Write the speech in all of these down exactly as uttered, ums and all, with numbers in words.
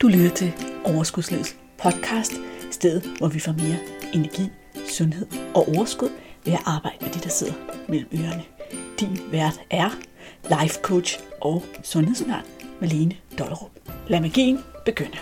Du lytter til Overskudslivets podcast, stedet hvor vi får mere energi, sundhed og overskud ved at arbejde med det, der sidder mellem ørerne. Din vært er life coach og sundhedsnørd Malene Dollerup. Lad magien begynde.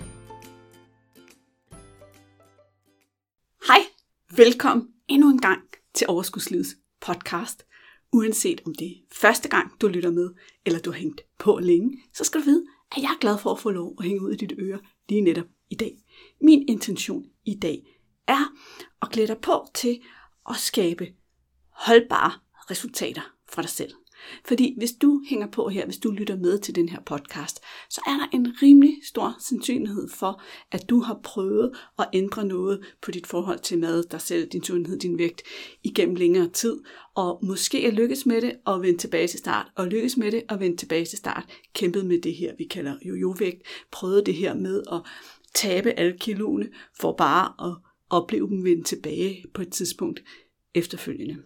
Hej, velkommen endnu en gang til Overskudslivets podcast. Uanset om det er første gang, du lytter med, eller du har hængt på længe, så skal du vide, at jeg er glad for at få lov at hænge ud i dit øre lige netop i dag. Min intention i dag er at klæde dig på til at skabe holdbare resultater fra dig selv. Fordi hvis du hænger på her, hvis du lytter med til den her podcast, så er der en rimelig stor sandsynlighed for, at du har prøvet at ændre noget på dit forhold til mad, dig selv, din sundhed, din vægt igennem længere tid, og måske er lykkes med det og vende tilbage til start, og lykkes med det og vende tilbage til start, kæmpet med det her, vi kalder jojo-vægt, prøvet det her med at tabe alle kiloene, for bare at opleve dem vende tilbage på et tidspunkt efterfølgende.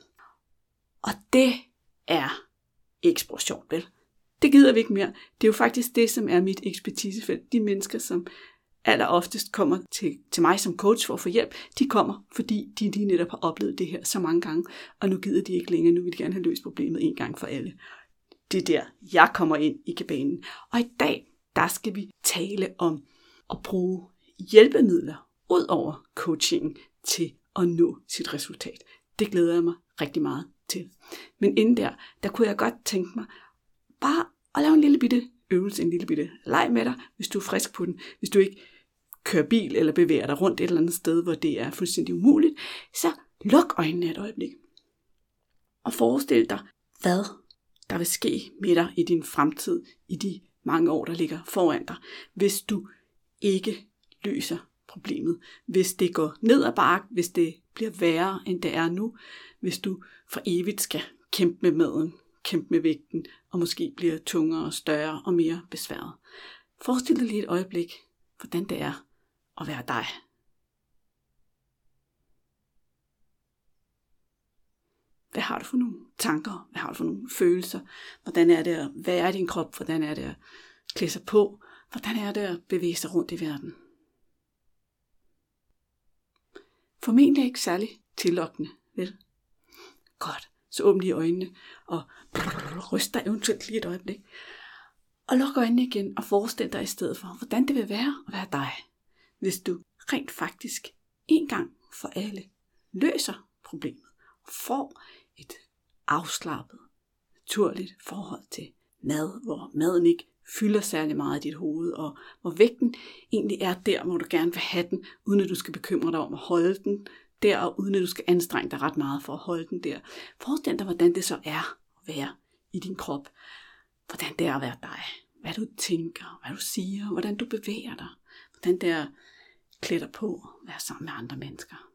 Og det er ikke spor sjovt, vel? Det gider vi ikke mere. Det er jo faktisk det, som er mit ekspertisefelt. De mennesker, som alleroftest kommer til, til mig som coach for at få hjælp, de kommer, fordi de lige netop har oplevet det her så mange gange, og nu gider de ikke længere. Nu vil de gerne have løst problemet en gang for alle. Det er der, jeg kommer ind i kabanen. Og i dag, der skal vi tale om at bruge hjælpemidler ud over coachingen til at nå sit resultat. Det glæder jeg mig rigtig meget til. Men inden der, der kunne jeg godt tænke mig bare at lave en lille bitte øvelse, en lille bitte leg med dig, hvis du er frisk på den. Hvis du ikke kører bil eller bevæger dig rundt et eller andet sted, hvor det er fuldstændig umuligt, så luk øjnene et øjeblik. Og forestil dig, hvad der vil ske med dig i din fremtid, i de mange år, der ligger foran dig, hvis du ikke løser problemet. Hvis det går ned ad bakke, hvis det bliver værre, end det er nu, hvis du for evigt skal kæmpe med maden, kæmpe med vægten, og måske bliver tungere, større og mere besværet. Forestil dig lige et øjeblik, hvordan det er at være dig. Hvad har du for nogle tanker? Hvad har du for nogle følelser? Hvordan er det at være i din krop? Hvordan er det at klæde sig på? Hvordan er det at bevæge sig rundt i verden? Formentlig ikke særlig tillokkende, vel? Godt, så åbn lige øjnene og ryst dig eventuelt lige et øjeblik. Og luk øjnene igen og forestil dig i stedet for, hvordan det vil være at være dig, hvis du rent faktisk en gang for alle løser problemet og får et afslappet, naturligt forhold til mad, hvor maden ikke fylder særlig meget i dit hoved, og hvor vægten egentlig er der, hvor du gerne vil have den, uden at du skal bekymre dig om at holde den der, og uden at du skal anstrenge dig ret meget for at holde den der. Forestil dig, hvordan det så er at være i din krop. Hvordan det er at være dig. Hvad du tænker, hvad du siger, hvordan du bevæger dig. Hvordan det er at klæde dig på at være sammen med andre mennesker.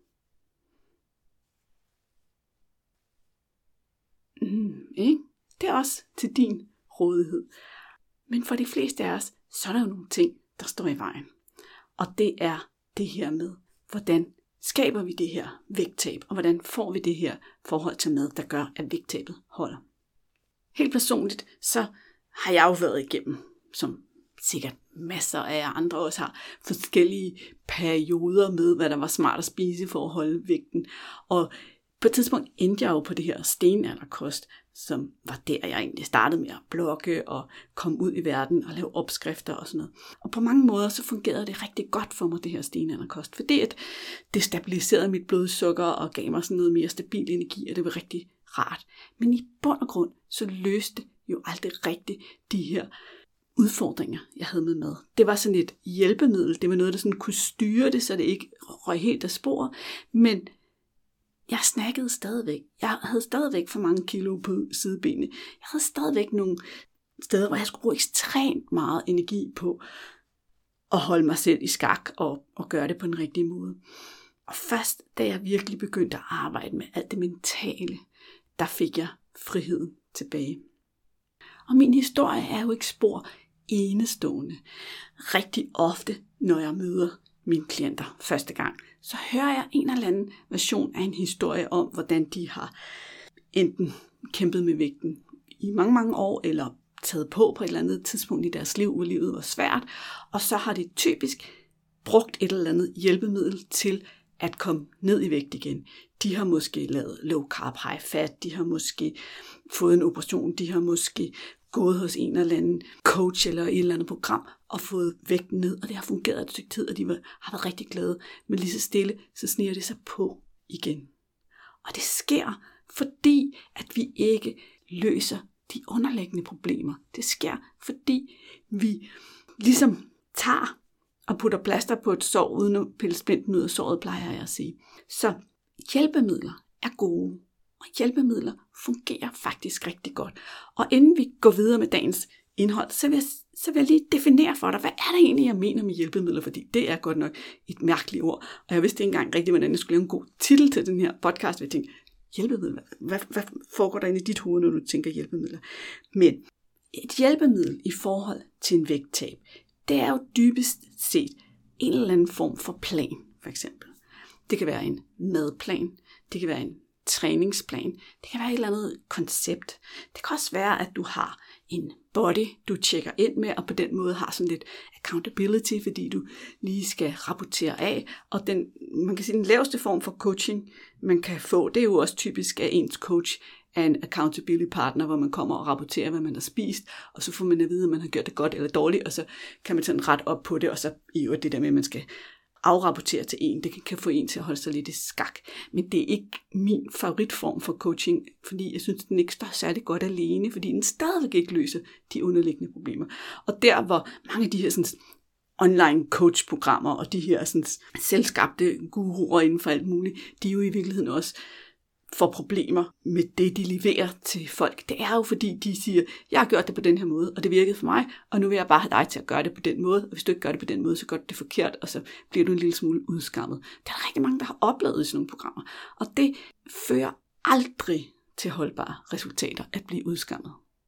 Mm, ikke? Det er også til din rådighed. Men for de fleste af os, så er der jo nogle ting, der står i vejen. Og det er det her med, hvordan skaber vi det her vægttab, og hvordan får vi det her forhold til mad, der gør, at vægttabet holder. Helt personligt, så har jeg jo været igennem, som sikkert masser af jer andre også har, forskellige perioder med, hvad der var smart at spise for at holde vægten. Og på et tidspunkt endte jeg jo på det her stenalderkost, som var der, jeg egentlig startede med at blogge og komme ud i verden og lave opskrifter og sådan noget. Og på mange måder så fungerede det rigtig godt for mig, det her stenalderkost, fordi at det stabiliserede mit blodsukker og gav mig sådan noget mere stabil energi, og det var rigtig rart. Men i bund og grund så løste jo aldrig rigtigt de her udfordringer, jeg havde med mad. Det var sådan et hjælpemiddel, det var noget, der sådan kunne styre det, så det ikke røg helt af sporet, men jeg snakkede stadigvæk. Jeg havde stadigvæk for mange kilo på sidebenene. Jeg havde stadigvæk nogle steder, hvor jeg skulle bruge ekstremt meget energi på at holde mig selv i skak og, og gøre det på den rigtige måde. Og først da jeg virkelig begyndte at arbejde med alt det mentale, der fik jeg friheden tilbage. Og min historie er jo ikke spor enestående. Rigtig ofte, når jeg møder mine klienter første gang, så hører jeg en eller anden version af en historie om, hvordan de har enten kæmpet med vægten i mange, mange år, eller taget på på et eller andet tidspunkt i deres liv, hvor livet var svært, og så har de typisk brugt et eller andet hjælpemiddel til at komme ned i vægt igen. De har måske lavet low carb, high fat, de har måske fået en operation, de har måske gået hos en eller anden coach eller et eller andet program og fået vægten ned, og det har fungeret et stykke tid, og de har været rigtig glade, men lige så stille, så sniger det sig på igen. Og det sker, fordi at vi ikke løser de underliggende problemer. Det sker, fordi vi ligesom tager og putter plaster på et sår, uden at pille splinten ud af såret, plejer jeg at sige. Så hjælpemidler er gode, og hjælpemidler fungerer faktisk rigtig godt. Og inden vi går videre med dagens indhold, så vil jeg, så vil jeg lige definere for dig, hvad er det egentlig, jeg mener med hjælpemidler, fordi det er godt nok et mærkeligt ord, og jeg vidste ikke engang rigtigt, hvordan jeg skulle lave en god titel til den her podcast, hvor jeg tænkte, hjælpemidler, hvad, hvad foregår der inde i dit hoved, når du tænker hjælpemidler? Men et hjælpemiddel i forhold til en vægttab, det er jo dybest set en eller anden form for plan, for eksempel. Det kan være en madplan, det kan være en træningsplan, det kan være et eller andet koncept. Det kan også være, at du har en body, du tjekker ind med, og på den måde har sådan lidt accountability, fordi du lige skal rapportere af. Og den, man kan sige, den laveste form for coaching, man kan få, det er jo også typisk af ens coach af en accountability partner, hvor man kommer og rapporterer, hvad man har spist, og så får man at vide, om man har gjort det godt eller dårligt, og så kan man sådan rette op på det, og så i øvrigt det der med, at man skal afrapportere til en. Det kan, kan få en til at holde sig lidt i skak. Men det er ikke min favoritform for coaching, fordi jeg synes, den ikke står særlig godt alene, fordi den stadigvæk ikke løser de underliggende problemer. Og der, hvor mange af de her sådan, online coachprogrammer og de her sådan, selvskabte guruer inden for alt muligt, de er jo i virkeligheden også får problemer med det, de leverer til folk. Det er jo fordi, de siger, jeg har gjort det på den her måde, og det virkede for mig, og nu vil jeg bare have dig til at gøre det på den måde, og hvis du ikke gør det på den måde, så gør du det forkert, og så bliver du en lille smule udskammet. Der er rigtig mange, der har oplevet i sådan nogle programmer, og det fører aldrig til holdbare resultater at blive udskammet.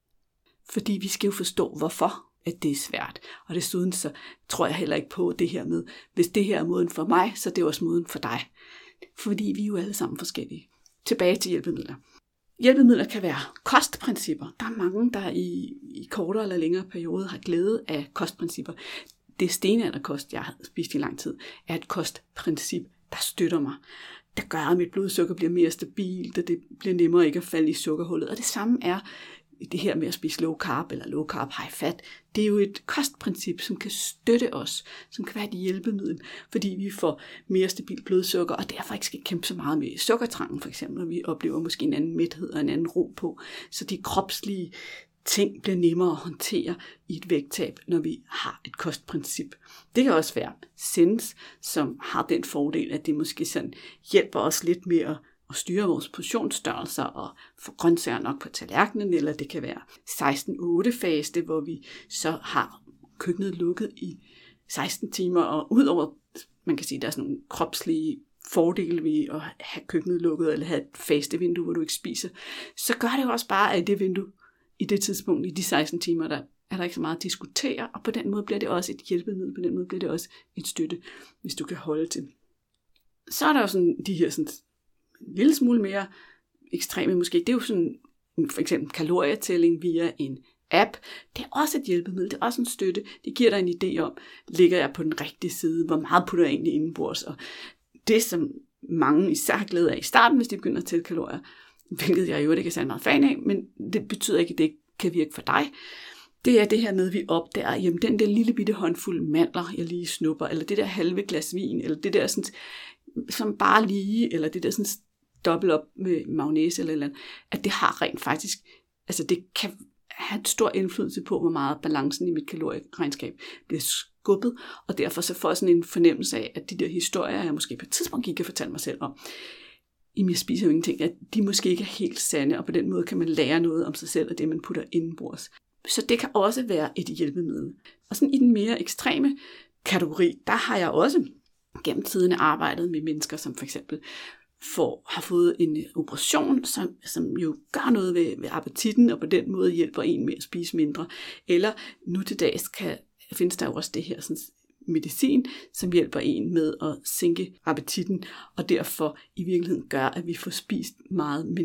Fordi vi skal jo forstå, hvorfor at det er svært. Og desuden så tror jeg heller ikke på det her med, hvis det her er måden for mig, så det er også måden for dig. Fordi vi er jo alle sammen forskellige. Tilbage til hjælpemidler. Hjælpemidler kan være kostprincipper. Der er mange, der i, i kortere eller længere perioder har glæde af kostprincipper. Det stenalderkost, jeg har spist i lang tid, er et kostprincip, der støtter mig. Der gør, at mit blodsukker bliver mere stabilt, og det bliver nemmere ikke at falde i sukkerhullet. Og det samme er det her med at spise low carb eller low carb high fat. Det er jo et kostprincip, som kan støtte os, som kan være et hjælpemiddel, fordi vi får mere stabilt blodsukker, og derfor ikke skal kæmpe så meget med sukkertrangen, for eksempel, og vi oplever måske en anden mæthed og en anden ro på. Så de kropslige ting bliver nemmere at håndtere i et vægttab, når vi har et kostprincip. Det kan også være Sense, som har den fordel, at det måske sådan hjælper os lidt med at og styre vores portionsstørrelser og få grøntsager nok på tallerkenen, eller det kan være seksten otte faste, hvor vi så har køkkenet lukket i seksten timer, og udover, man kan sige, der er sådan nogle kropslige fordele ved at have køkkenet lukket, eller have et faste vindue, hvor du ikke spiser, så gør det jo også bare, at i det vindue, i det tidspunkt, i de seksten timer, der er der ikke så meget at diskutere, og på den måde bliver det også et hjælpemiddel, på den måde bliver det også et støtte, hvis du kan holde til. Så er der jo sådan de her sådan en lille smule mere ekstreme måske. Det er jo sådan for eksempel kalorietælling via en app. Det er også et hjælpemiddel, det er også en støtte. Det giver dig en idé om, ligger jeg på den rigtige side, hvor meget putter jeg egentlig indenbords. Og det, som mange især har glæde af i starten, hvis de begynder at tælle kalorier, hvilket jeg jo ikke er særlig meget fan af, men det betyder ikke, at det ikke kan virke for dig. Det er det her med, at vi opdager, jamen den der lille bitte håndfuld mandler, jeg lige snupper, eller det der halve glas vin, eller det der sådan, som bare lige, eller det der sådan dobbelt op med magnese eller eller andet, at det har rent faktisk, altså det kan have en stor indflydelse på, hvor meget balancen i mit kalorieregnskab bliver skubbet, og derfor så får jeg sådan en fornemmelse af, at de der historier, jeg måske på et tidspunkt gik og fortalte mig selv om, jamen jeg spiser jo ingenting, at de måske ikke er helt sande, og på den måde kan man lære noget om sig selv, og det man putter indenbords. Så det kan også være et hjælpemiddel. Og sådan i den mere ekstreme kategori, der har jeg også gennem tiden arbejdet med mennesker, som for eksempel får, har fået en operation, som, som jo gør noget ved, ved appetitten, og på den måde hjælper en med at spise mindre. Eller nu til dags kan, findes der jo også det her sådan, medicin, som hjælper en med at sænke appetitten, og derfor i virkeligheden gør, at vi får spist meget mindre.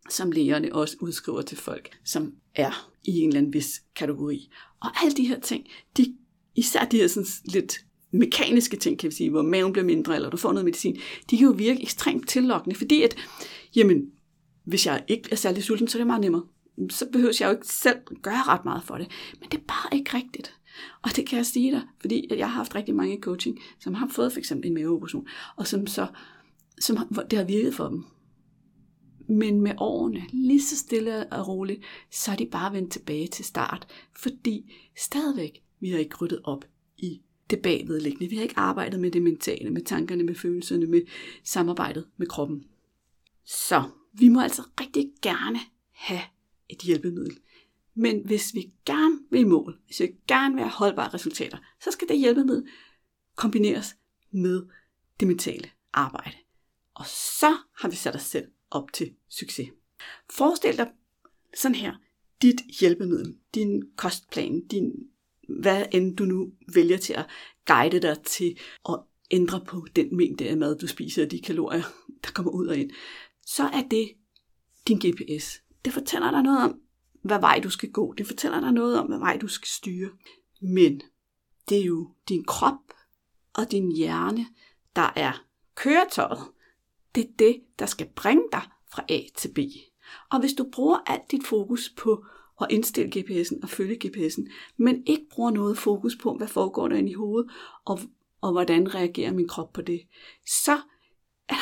som lægerne også udskriver til folk, som er i en eller anden vis kategori. Og alle de her ting, de, især de her sådan lidt mekaniske ting, kan vi sige, hvor maven bliver mindre, eller du får noget medicin, de kan jo virke ekstremt tillokkende, fordi at, jamen, hvis jeg ikke er særlig sulten, så er det meget nemmere. Så behøver jeg jo ikke selv gøre ret meget for det. Men det er bare ikke rigtigt. Og det kan jeg sige dig, fordi jeg har haft rigtig mange i coaching, som har fået for eksempel en maveoperation, og som så, som det har virket for dem. Men med årene, lige så stille og roligt, så er de bare vendt tilbage til start, fordi stadigvæk vi har ikke ryddet op i det bagvedliggende. Vi har ikke arbejdet med det mentale, med tankerne, med følelserne, med samarbejdet med kroppen. Så vi må altså rigtig gerne have et hjælpemiddel. Men hvis vi gerne vil i mål, hvis vi gerne vil have holdbare resultater, så skal det hjælpemiddel kombineres med det mentale arbejde. Og så har vi sat os selv op til succes. Forestil dig sådan her, dit hjælpemiddel, din kostplan, din, hvad end du nu vælger til at guide dig til at ændre på den mængde af mad, du spiser, og de kalorier, der kommer ud og ind, så er det din G P S. Det fortæller dig noget om, hvad vej du skal gå. Det fortæller dig noget om, hvad vej du skal styre. Men det er jo din krop og din hjerne, der er køretøjet. Det er det, der skal bringe dig fra A til B. Og hvis du bruger alt dit fokus på at indstille G P S'en og følge G P S'en, men ikke bruger noget fokus på, hvad foregår der inde i hovedet, og, og hvordan reagerer min krop på det, så er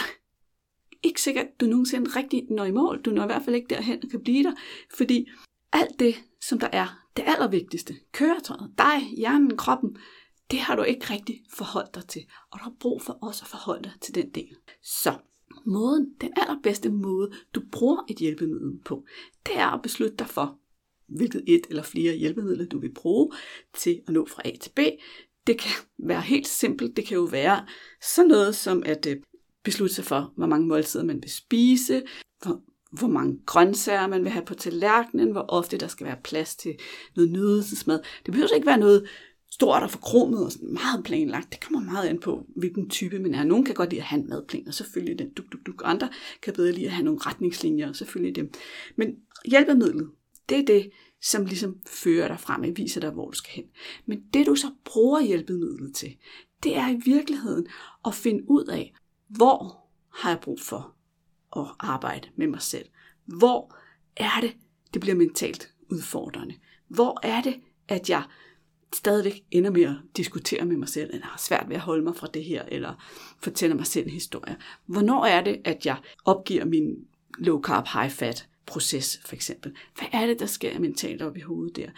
ikke sikkert, at du nogensinde rigtig når i mål. Du når i hvert fald ikke derhen og kan blive der, fordi alt det, som der er det allervigtigste, køretøjet, dig, hjernen, kroppen, det har du ikke rigtig forholdt dig til, og du har brug for også at forholde dig til den del. Så måden, den allerbedste måde, du bruger et hjælpemiddel på, det er at beslutte dig for, hvilket et eller flere hjælpemidler du vil bruge til at nå fra A til B. Det kan være helt simpelt. Det kan jo være sådan noget som at beslutte sig for, hvor mange måltider man vil spise, hvor, hvor mange grøntsager man vil have på tallerkenen, hvor ofte der skal være plads til noget nydelsesmad. Det behøver ikke være noget stort og forkromet og sådan meget planlagt. Det kommer meget an på, hvilken type man er. Nogle kan godt lide at have en madplan, og selvfølgelig den duk, duk, duk. Andre kan bedre lide at have nogle retningslinjer, og selvfølgelig dem. Men hjælpemidlet, det er det, som ligesom fører dig frem og viser dig, hvor du skal hen. Men det, du så bruger hjælpemidlet til, det er i virkeligheden at finde ud af, hvor har jeg brug for at arbejde med mig selv? Hvor er det, det bliver mentalt udfordrende? Hvor er det, at jeg stadigvæk ender med at diskutere med mig selv, eller har svært ved at holde mig fra det her, eller fortæller mig selv historier? Hvornår er det, at jeg opgiver min low carb, high fat proces, for eksempel? Hvad er det, der sker mentalt op i hovedet der?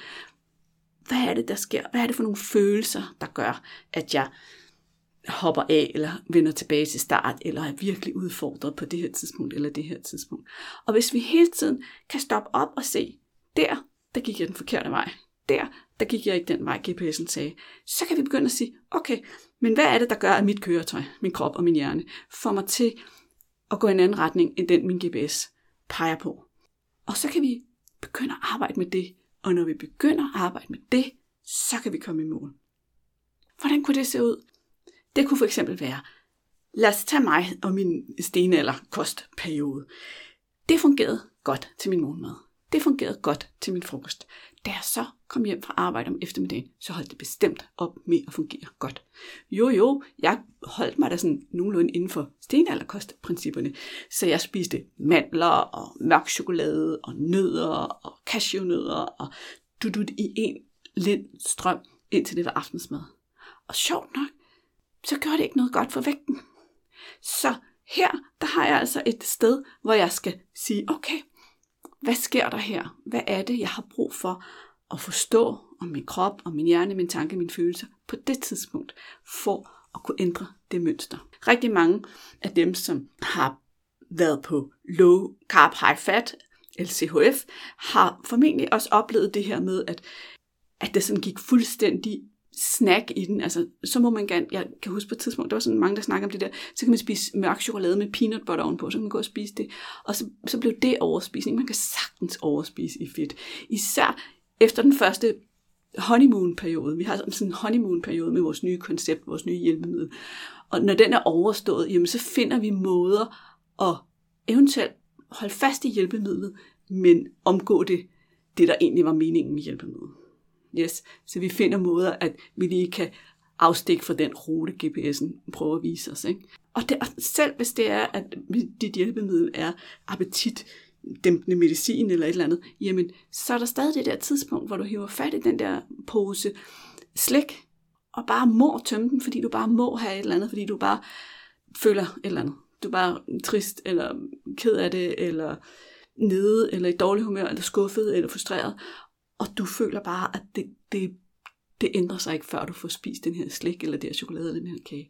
Hvad er det, der sker? Hvad er det for nogle følelser, der gør, at jeg hopper af, eller vender tilbage til start, eller er virkelig udfordret på det her tidspunkt, eller det her tidspunkt? Og hvis vi hele tiden kan stoppe op og se, der, der gik jeg den forkerte vej. Der, der gik jeg ikke den vej, G P S'en sagde. Så kan vi begynde at sige, okay, men hvad er det, der gør, at mit køretøj, min krop og min hjerne får mig til at gå i en anden retning, end den min G P S peger på? Og så kan vi begynde at arbejde med det. Og når vi begynder at arbejde med det, så kan vi komme i mål. Hvordan kunne det se ud? Det kunne for eksempel være, lad os tage mig og min stenalderkostperiode. Det fungerede godt til min morgenmad. Det fungerede godt til min frokost. Da jeg så kom hjem fra arbejde om eftermiddagen, så holdt det bestemt op med at fungere godt. Jo jo, jeg holdt mig da sådan nogenlunde inden for stenalderkostprincipperne, så jeg spiste mandler og mørk chokolade og nødder og cashewnødder og dudut i en lind strøm, indtil det var aftensmad. Og sjovt nok, så gør det ikke noget godt for vægten. Så her, der har jeg altså et sted, hvor jeg skal sige, okay, hvad sker der her? Hvad er det, jeg har brug for at forstå om min krop, om min hjerne, min tanke, mine følelser på det tidspunkt, for at kunne ændre det mønster? Rigtig mange af dem, som har været på low carb, high fat, L C H F, har formentlig også oplevet det her med, at, at det sådan gik fuldstændig snack i den. Altså, så må man gerne, jeg kan huske på et tidspunkt, der var sådan mange, der snakker om det der, så kan man spise mørk chokolade med peanut butter ovenpå, så kan man gå og spise det, og så, så blev det overspisning. Man kan sagtens overspise i fedt. Især efter den første honeymoon-periode. Vi har sådan en honeymoon-periode med vores nye koncept, vores nye hjælpemiddel. Og når den er overstået, jamen, så finder vi måder at eventuelt hold fast i hjælpemidlet, men omgå det, det der egentlig var meningen med hjælpemidlet. Yes. Så vi finder måder, at vi lige kan afstikke fra den rute, G P S'en prøver at vise os. Ikke? Og, det, og selv hvis det er, at dit hjælpemiddel er appetitdæmpende medicin eller et eller andet, jamen, så er der stadig det der tidspunkt, hvor du hiver fat i den der pose slik, og bare må tømme den, fordi du bare må have et eller andet, fordi du bare føler et eller andet. Du er bare trist, eller ked af det, eller nede, eller i dårlig humør, eller skuffet, eller frustreret. Og du føler bare, at det, det, det ændrer sig ikke, før du får spist den her slik, eller det her chokolade, eller den her kage.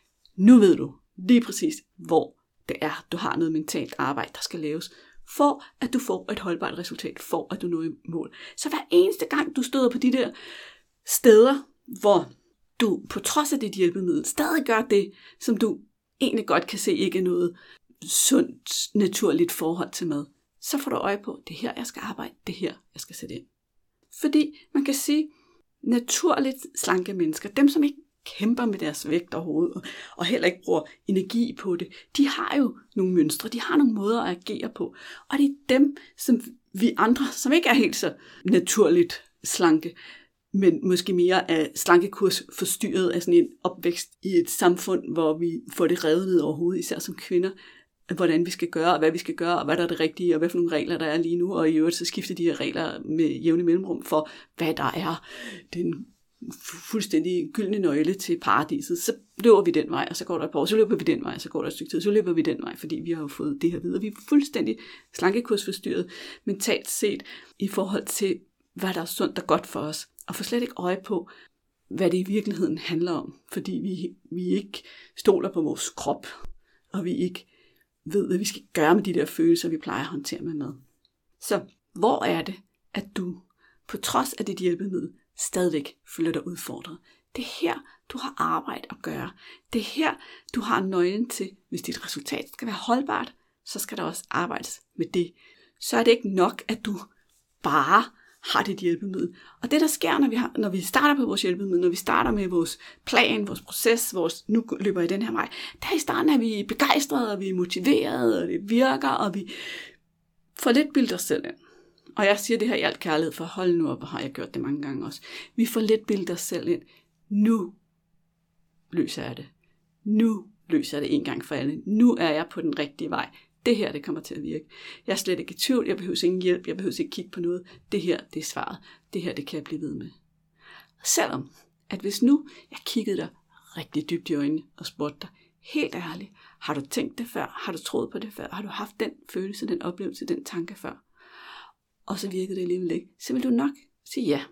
Nu ved du lige præcis, hvor det er, du har noget mentalt arbejde, der skal laves, for at du får et holdbart resultat, for at du når i mål. Så hver eneste gang, du støder på de der steder, hvor du på trods af dit hjælpemiddel stadig gør det, som du egentlig godt kan se ikke er noget sundt, naturligt forhold til mad, så får du øje på, det er her, jeg skal arbejde, det er her, jeg skal sætte ind. Fordi man kan sige, naturligt slanke mennesker, dem som ikke kæmper med deres vægt overhovedet, og heller ikke bruger energi på det, de har jo nogle mønstre, de har nogle måder at agere på, og det er dem, som vi andre, som ikke er helt så naturligt slanke, men måske mere af slankekurs forstyrret af sådan en opvækst i et samfund, hvor vi får det revet ned overhovedet, især som kvinder, hvordan vi skal gøre, og hvad vi skal gøre, og hvad der er det rigtige, og hvad for nogle regler, der er lige nu, og i øvrigt så skifter de her regler med jævne mellemrum for, hvad der er den fuldstændig gyldne nøgle til paradiset. Så løber vi den vej, og så går der et par år, så løber vi den vej, og så går der et stykke tid, så løber vi den vej, fordi vi har jo fået det her videre. Vi er fuldstændig slankekursforstyrret mentalt set i forhold til, hvad der er sundt og godt for os, og får slet ikke øje på, hvad det i virkeligheden handler om, fordi vi, vi ikke stoler på vores krop, og vi ikke ved, hvad vi skal gøre med de der følelser, vi plejer at håndtere med mad. Så hvor er det, at du på trods af dit hjælpemiddel stadigvæk føler dig udfordret? Det er her, du har arbejde at gøre. Det er her, du har nøglen til, hvis dit resultat skal være holdbart, så skal der også arbejdes med det. Så er det ikke nok, at du bare har dit hjælpemiddel. Og det, der sker, når vi, har, når vi starter på vores hjælpemiddel, når vi starter med vores plan, vores proces, vores, nu løber i den her vej, der i starten er vi begejstrede, og vi er motiverede, og det virker, og vi får lidt bildet os selv ind. Og jeg siger det her i alt kærlighed, for hold nu op, og har jeg gjort det mange gange også. Vi får lidt bildet os selv ind. Nu løser jeg det. Nu løser jeg det en gang for alle. Nu er jeg på den rigtige vej. Det her, det kommer til at virke. Jeg er slet ikke i tvivl. Jeg behøver ingen hjælp. Jeg behøver ikke kigge på noget. Det her, det er svaret. Det her, det kan jeg blive ved med. Og selvom, at hvis nu jeg kiggede dig rigtig dybt i øjnene og spurgte dig, helt ærligt, har du tænkt det før? Har du troet på det før? Har du haft den følelse, den oplevelse, den tanke før? Og så virkede det alligevel ikke. Så vil du nok sige ja.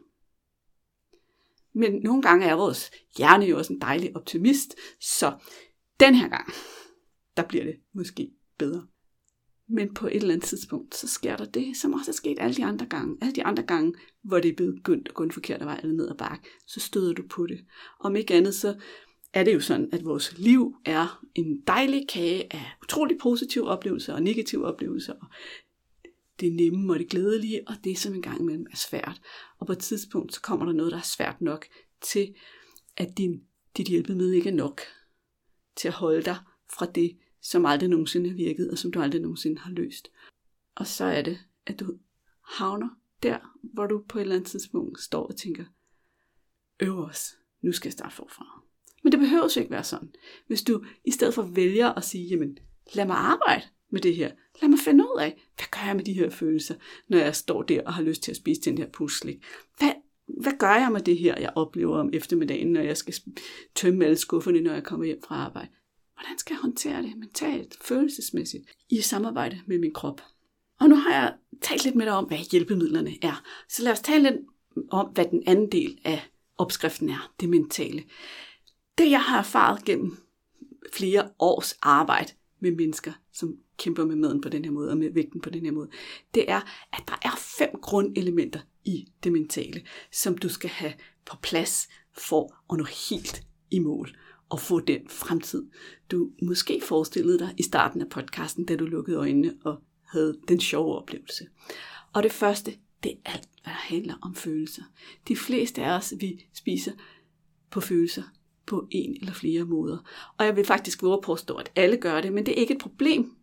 Men nogle gange er vores hjerne jo også en dejlig optimist, så den her gang, der bliver det måske bedre. Men på et eller andet tidspunkt, så sker der det, som også er sket alle de andre gange. Alle de andre gange, hvor det er begyndt at gå en forkert vej eller ned ad bakke, så støder du på det. Om ikke andet, så er det jo sådan, at vores liv er en dejlig kage af utrolig positive oplevelser og negative oplevelser. Og det nemme og det glædelige, og det som en gang imellem er svært. Og på et tidspunkt, så kommer der noget, der er svært nok til, at din, dit hjælpemiddel ikke er nok til at holde dig fra det, som aldrig nogensinde har virket, og som du aldrig nogensinde har løst. Og så er det, at du havner der, hvor du på et eller andet tidspunkt står og tænker, øvers, nu skal jeg starte forfra. Men det behøver jo ikke være sådan. Hvis du i stedet for vælger at sige, jamen, lad mig arbejde med det her. Lad mig finde ud af, hvad gør jeg med de her følelser, når jeg står der og har lyst til at spise den her puslik. Hvad, hvad gør jeg med det her, jeg oplever om eftermiddagen, når jeg skal tømme alle skufferne, når jeg kommer hjem fra arbejde? Hvordan skal jeg håndtere det mentalt, følelsesmæssigt, i samarbejde med min krop? Og nu har jeg talt lidt med dig om, hvad hjælpemidlerne er. Så lad os tale lidt om, hvad den anden del af opskriften er, det mentale. Det jeg har erfaret gennem flere års arbejde med mennesker, som kæmper med maden på den her måde, og med vægten på den her måde, det er, at der er fem grundelementer i det mentale, som du skal have på plads for at nå helt i mål og få den fremtid, du måske forestillede dig i starten af podcasten, da du lukkede øjnene og havde den sjove oplevelse. Og det første, det er alt, hvad der handler om følelser. De fleste af os, vi spiser på følelser på en eller flere måder. Og jeg vil faktisk våge påstå, at alle gør det, men det er ikke et problem,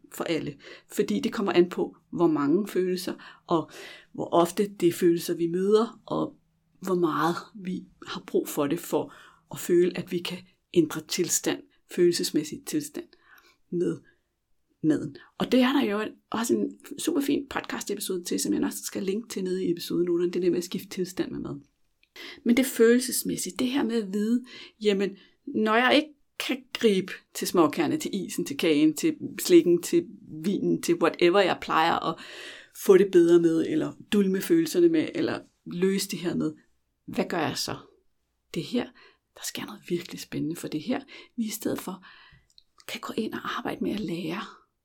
for alle, fordi det kommer an på, hvor mange følelser, og hvor ofte det er følelser, vi møder, og hvor meget vi har brug for det, for at føle, at vi kan ændre tilstand, følelsesmæssig tilstand med maden. Og det er der jo også en super fin podcast episode til, som jeg også skal linke til nede i episodenoterne, det der med at skifte tilstand med mad. Men det følelsesmæssigt, det her med at vide, jamen, når jeg ikke kan gribe til småkærne, til isen, til kagen, til slikken, til vinen, til whatever jeg plejer at få det bedre med, eller dulme følelserne med, eller løse det her med, hvad gør jeg så? Det her, der sker noget virkelig spændende, for det her, vi i stedet for kan gå ind og arbejde med at lære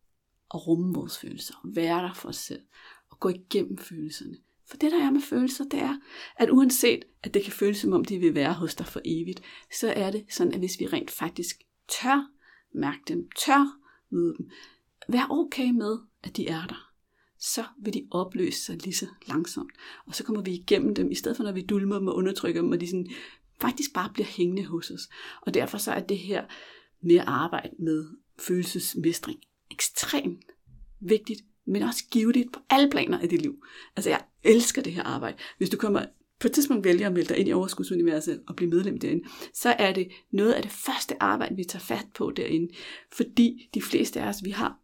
at rumme vores følelser, være der for os selv, og gå igennem følelserne. For det, der er med følelser, det er, at uanset at det kan føles som om, de vil være hos dig for evigt, så er det sådan, at hvis vi rent faktisk tør mærke dem, tør møde dem, være okay med, at de er der, så vil de opløse sig lige så langsomt. Og så kommer vi igennem dem, i stedet for når vi dulmer dem og undertrykker dem, og de sådan, faktisk bare bliver hængende hos os. Og derfor så er det her med at arbejde med følelsesmestring ekstremt vigtigt, men også givetigt på alle planer af dit liv. Altså jeg elsker det her arbejde. Hvis du kommer på et tidspunkt vælger at melde dig ind i Overskudsuniverset og blive medlem derinde, så er det noget af det første arbejde, vi tager fat på derinde. Fordi de fleste af os, vi har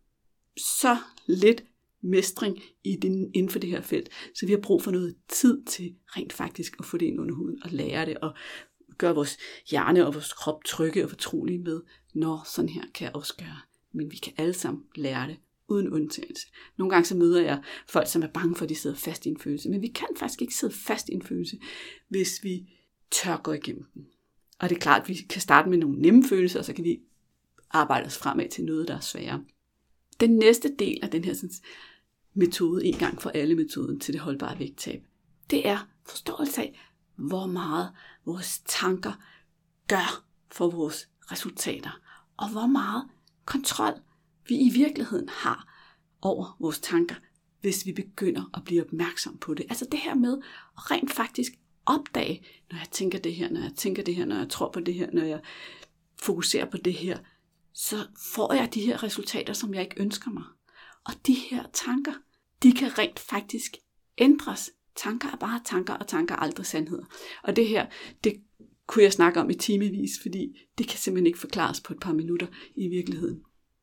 så lidt mestring i den, inden for det her felt, så vi har brug for noget tid til rent faktisk at få det ind under huden og lære det og gøre vores hjerne og vores krop trygge og fortrolige med, når sådan her kan jeg også gøre. Men vi kan alle sammen lære det uden undtagelse. Nogle gange så møder jeg folk, som er bange for, at de sidder fast i en følelse. Men vi kan faktisk ikke sidde fast i en følelse, hvis vi tør gå igennem den. Og det er klart, at vi kan starte med nogle nemme følelser, og så kan vi arbejde os fremad til noget, der er sværere. Den næste del af den her sådan, metode, en gang for alle metoden til det holdbare vægttab, det er forståelse af, hvor meget vores tanker gør for vores resultater, og hvor meget kontrol vi i virkeligheden har over vores tanker, hvis vi begynder at blive opmærksom på det. Altså det her med at rent faktisk opdage, når jeg tænker det her, når jeg tænker det her, når jeg tror på det her, når jeg fokuserer på det her, så får jeg de her resultater, som jeg ikke ønsker mig. Og de her tanker, de kan rent faktisk ændres. Tanker er bare tanker, og tanker er aldrig sandheder. Og det her, det kunne jeg snakke om i timevis, fordi det kan simpelthen ikke forklares på et par minutter i virkeligheden.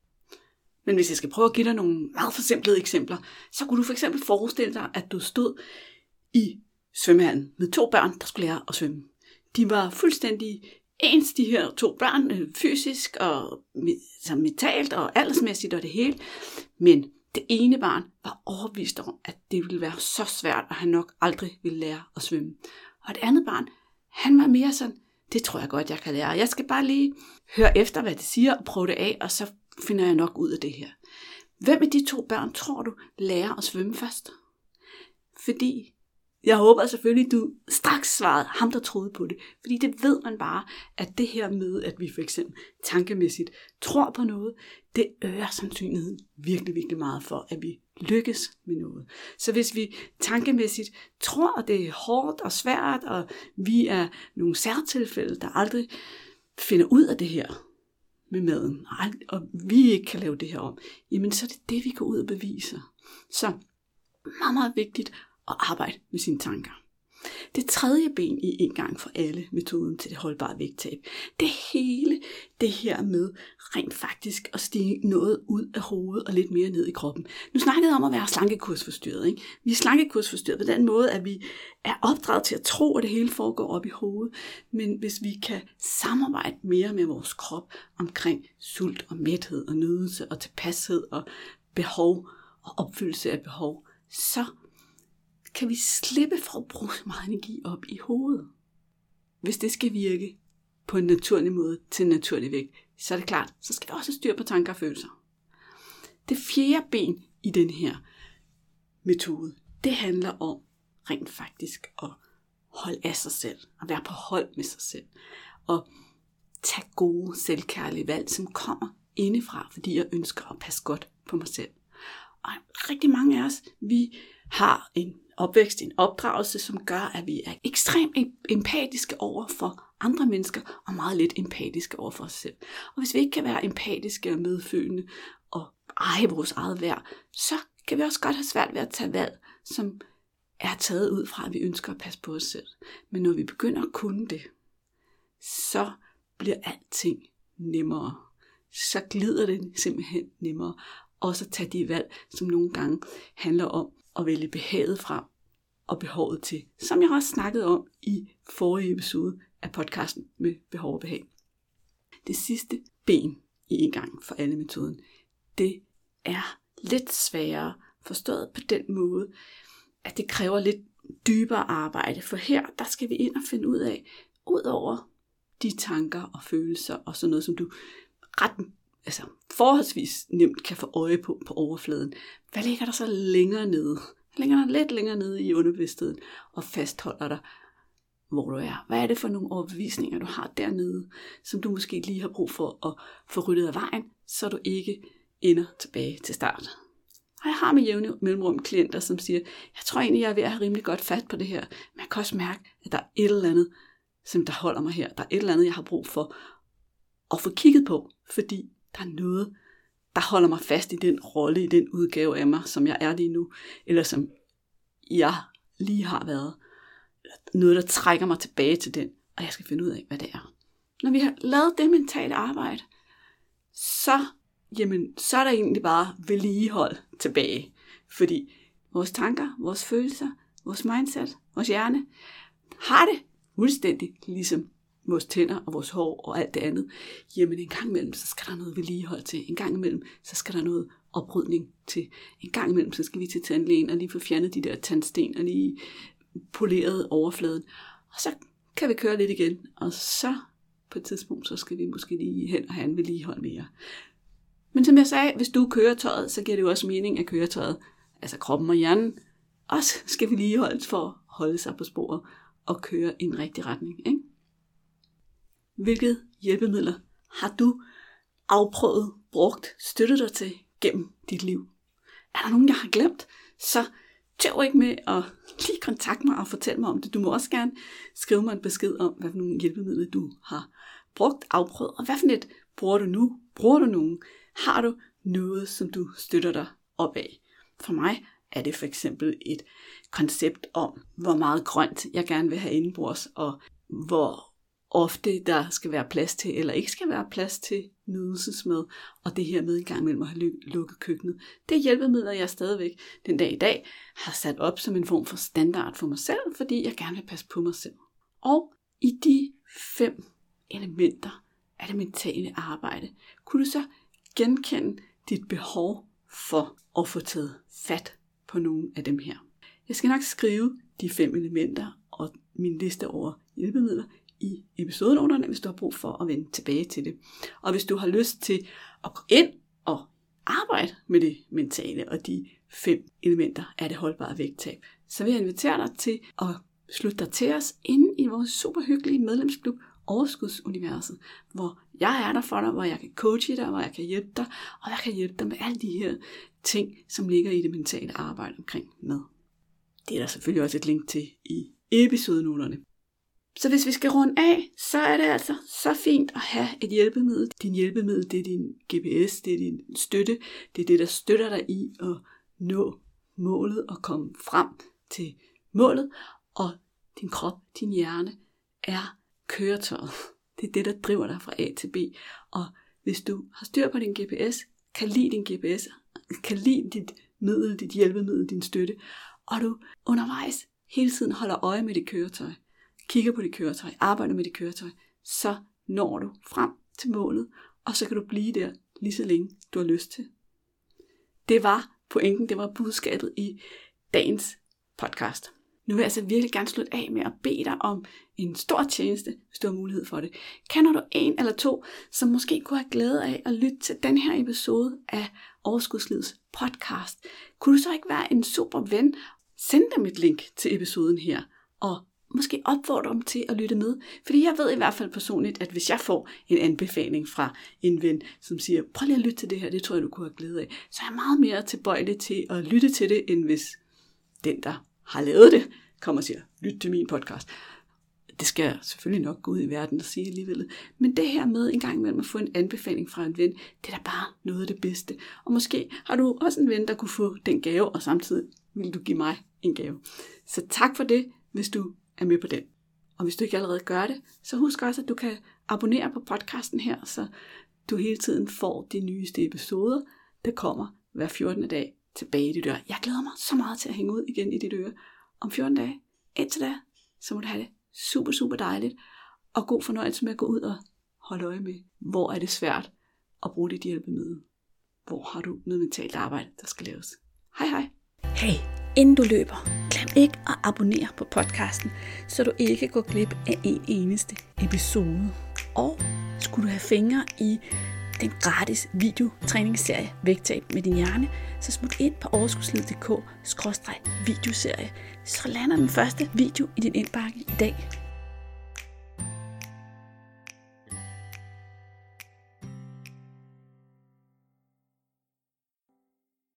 Men hvis jeg skal prøve at give dig nogle meget forsimplede eksempler, så kunne du for eksempel forestille dig, at du stod i svømmehallen med to børn, der skulle lære at svømme. De var fuldstændig ens, de her to børn, fysisk og mentalt og aldersmæssigt og det hele. Men det ene barn var overbevist om, at det ville være så svært, at han nok aldrig ville lære at svømme. Og det andet barn, han var mere sådan, det tror jeg godt, jeg kan lære. Jeg skal bare lige høre efter, hvad det siger, og prøve det af, og så finder jeg nok ud af det her. Hvem af de to børn tror du lærer at svømme først? Fordi jeg håber selvfølgelig, du straks svarede ham, der troede på det. Fordi det ved man bare, at det her med, at vi for eksempel tankemæssigt tror på noget, det øger sandsynligheden virkelig, virkelig meget for, at vi lykkes med noget. Så hvis vi tankemæssigt tror, at det er hårdt og svært, og vi er nogle særtilfælde, der aldrig finder ud af det her med maden, og vi ikke kan lave det her om, jamen så er det det, vi går ud og beviser. Så meget, meget vigtigt at arbejde med sine tanker. Det tredje ben i en gang for alle metoden til det holdbare vægttab, det er hele det her med rent faktisk at stige noget ud af hovedet og lidt mere ned i kroppen. Nu snakkede jeg om at være slankekursforstyrret. Ikke? Vi er slankekursforstyrret på den måde, at vi er opdraget til at tro, at det hele foregår op i hovedet. Men hvis vi kan samarbejde mere med vores krop omkring sult og mæthed og nydelse og tilpashed og behov og opfyldelse af behov, så kan vi slippe for at bruge så meget energi op i hovedet. Hvis det skal virke på en naturlig måde til en naturlig vægt, så er det klart, så skal vi også have styr på tanker og følelser. Det fjerde ben i den her metode, det handler om rent faktisk at holde af sig selv, at være på hold med sig selv, og tage gode, selvkærlige valg, som kommer indefra, fordi jeg ønsker at passe godt på mig selv. Og rigtig mange af os, vi har en opvækst, en opdragelse, som gør, at vi er ekstremt empatiske over for andre mennesker, og meget lidt empatiske over for os selv. Og hvis vi ikke kan være empatiske og medfølende, og eje vores eget værd, så kan vi også godt have svært ved at tage valg, som er taget ud fra, at vi ønsker at passe på os selv. Men når vi begynder at kunne det, så bliver alting nemmere. Så glider det simpelthen nemmere. Også at tage de valg, som nogle gange handler om at vælge behaget frem og behovet til. Som jeg også snakkede om i forrige episode af podcasten med behov og behag. Det sidste ben i en gang for alle metoden, det er lidt sværere forstået på den måde, at det kræver lidt dybere arbejde. For her, der skal vi ind og finde ud af, ud over de tanker og følelser og sådan noget, som du ret, altså forholdsvis nemt kan få øje på på overfladen. Hvad ligger der så længere nede? Hvad ligger der lidt længere nede i underbevidstheden og fastholder dig, hvor du er? Hvad er det for nogle overbevisninger, du har dernede, som du måske lige har brug for at få ryddet af vejen, så du ikke ender tilbage til start? Og jeg har med jævne mellemrum klienter, som siger, jeg tror egentlig, jeg er ved at have rimelig godt fat på det her, men jeg kan også mærke, at der er et eller andet, som der holder mig her. Der er et eller andet, jeg har brug for at få kigget på, fordi der er noget, der holder mig fast i den rolle, i den udgave af mig, som jeg er lige nu, eller som jeg lige har været. Noget, der trækker mig tilbage til den, og jeg skal finde ud af, hvad det er. Når vi har lavet det mentale arbejde, så, jamen, så er der egentlig bare vedligehold tilbage. Fordi vores tanker, vores følelser, vores mindset, vores hjerne, har det fuldstændig ligesom vores tænder og vores hår og alt det andet. Jamen en gang imellem, så skal der noget vedligehold til. En gang imellem, så skal der noget oprydning til. En gang imellem, så skal vi til tandlægen og lige få fjernet de der tandsten og lige poleret overfladen. Og så kan vi køre lidt igen. Og så på et tidspunkt, så skal vi måske lige hen og have en vedligehold mere. Men som jeg sagde, hvis du er køretøjet, så giver det jo også mening, at køretøjet, altså kroppen og hjernen, også skal vedligeholdes for at holde sig på sporet og køre i en rigtig retning, ikke? Hvilke hjælpemidler har du afprøvet, brugt, støttet dig til gennem dit liv? Er der nogen, jeg har glemt? Så tøv ikke med at lige kontakte mig og fortælle mig om det. Du må også gerne skrive mig en besked om, hvad for nogle hjælpemidler du har brugt, afprøvet, og hvad for et bruger du nu? Bruger du nogen? Har du noget, som du støtter dig op af? For mig er det for eksempel et koncept om, hvor meget grønt jeg gerne vil have indenbords, og hvor ofte der skal være plads til, eller ikke skal være plads til nydelsesmad, og det her med en gang imellem at have lukket køkkenet. Det er hjælpemidler, jeg stadigvæk den dag i dag har sat op som en form for standard for mig selv, fordi jeg gerne vil passe på mig selv. Og i de fem elementer af det mentale arbejde, kunne du så genkende dit behov for at få taget fat på nogle af dem her. Jeg skal nok skrive de fem elementer og min liste over hjælpemidler i episodenoterne, hvis du har brug for at vende tilbage til det. Og hvis du har lyst til at gå ind og arbejde med det mentale og de fem elementer af det holdbare vægttab, så vil jeg invitere dig til at slutte dig til os inde i vores super hyggelige medlemsklub Overskudsuniverset, hvor jeg er der for dig, hvor jeg kan coache dig, hvor jeg kan hjælpe dig, og jeg kan hjælpe dig med alle de her ting, som ligger i det mentale arbejde omkring mad. Det er der selvfølgelig også et link til i episodenoterne. Så hvis vi skal runde af, så er det altså så fint at have et hjælpemiddel. Din hjælpemiddel, det er din G P S, det er din støtte, det er det, der støtter dig i at nå målet og komme frem til målet. Og din krop, din hjerne er køretøjet. Det er det, der driver dig fra A til B. Og hvis du har styr på din G P S, kan lide din G P S, kan lide dit middel, dit hjælpemiddel, din støtte, og du undervejs hele tiden holder øje med dit køretøj, kigger på dit køretøj, arbejder med dit køretøj, så når du frem til målet, og så kan du blive der lige så længe du har lyst til. Det var pointen, det var budskabet i dagens podcast. Nu vil jeg altså virkelig gerne slutte af med at bede dig om en stor tjeneste, hvis du har mulighed for det. Kender du en eller to, som måske kunne have glæde af at lytte til den her episode af Overskudslivets podcast? Kunne du så ikke være en super ven? Send dem et link til episoden her, og måske opfordre dem til at lytte med. Fordi jeg ved i hvert fald personligt, at hvis jeg får en anbefaling fra en ven, som siger, prøv lige at lytte til det her, det tror jeg, du kunne have glæde af, så er jeg meget mere tilbøjelig til at lytte til det, end hvis den, der har lavet det, kommer og siger, lyt til min podcast. Det skal jeg selvfølgelig nok gå ud i verden og sige alligevel. Men det her med en gang imellem at få en anbefaling fra en ven, det er da bare noget af det bedste. Og måske har du også en ven, der kunne få den gave, og samtidig vil du give mig en gave. Så tak for det, hvis du er med på den. Og hvis du ikke allerede gør det, så husk også, at du kan abonnere på podcasten her, så du hele tiden får de nyeste episoder, der kommer hver fjortende dag tilbage i dit øre. Jeg glæder mig så meget til at hænge ud igen i dit øre om fjorten dage. Indtil da, så må du have det super, super dejligt, og god fornøjelse med at gå ud og holde øje med, hvor er det svært at bruge dit hjælpemiddel. Hvor har du noget mentalt arbejde, der skal laves. Hej hej. Hey, inden du løber, glem ikke at abonnere på podcasten, så du ikke går glip af en eneste episode. Og skulle du have fingre i den gratis videotræningsserie Vægtab med din hjerne, så smut ind på overskudslivet punktum d k skråstreg videoserie, så lander den første video i din indbakke i dag.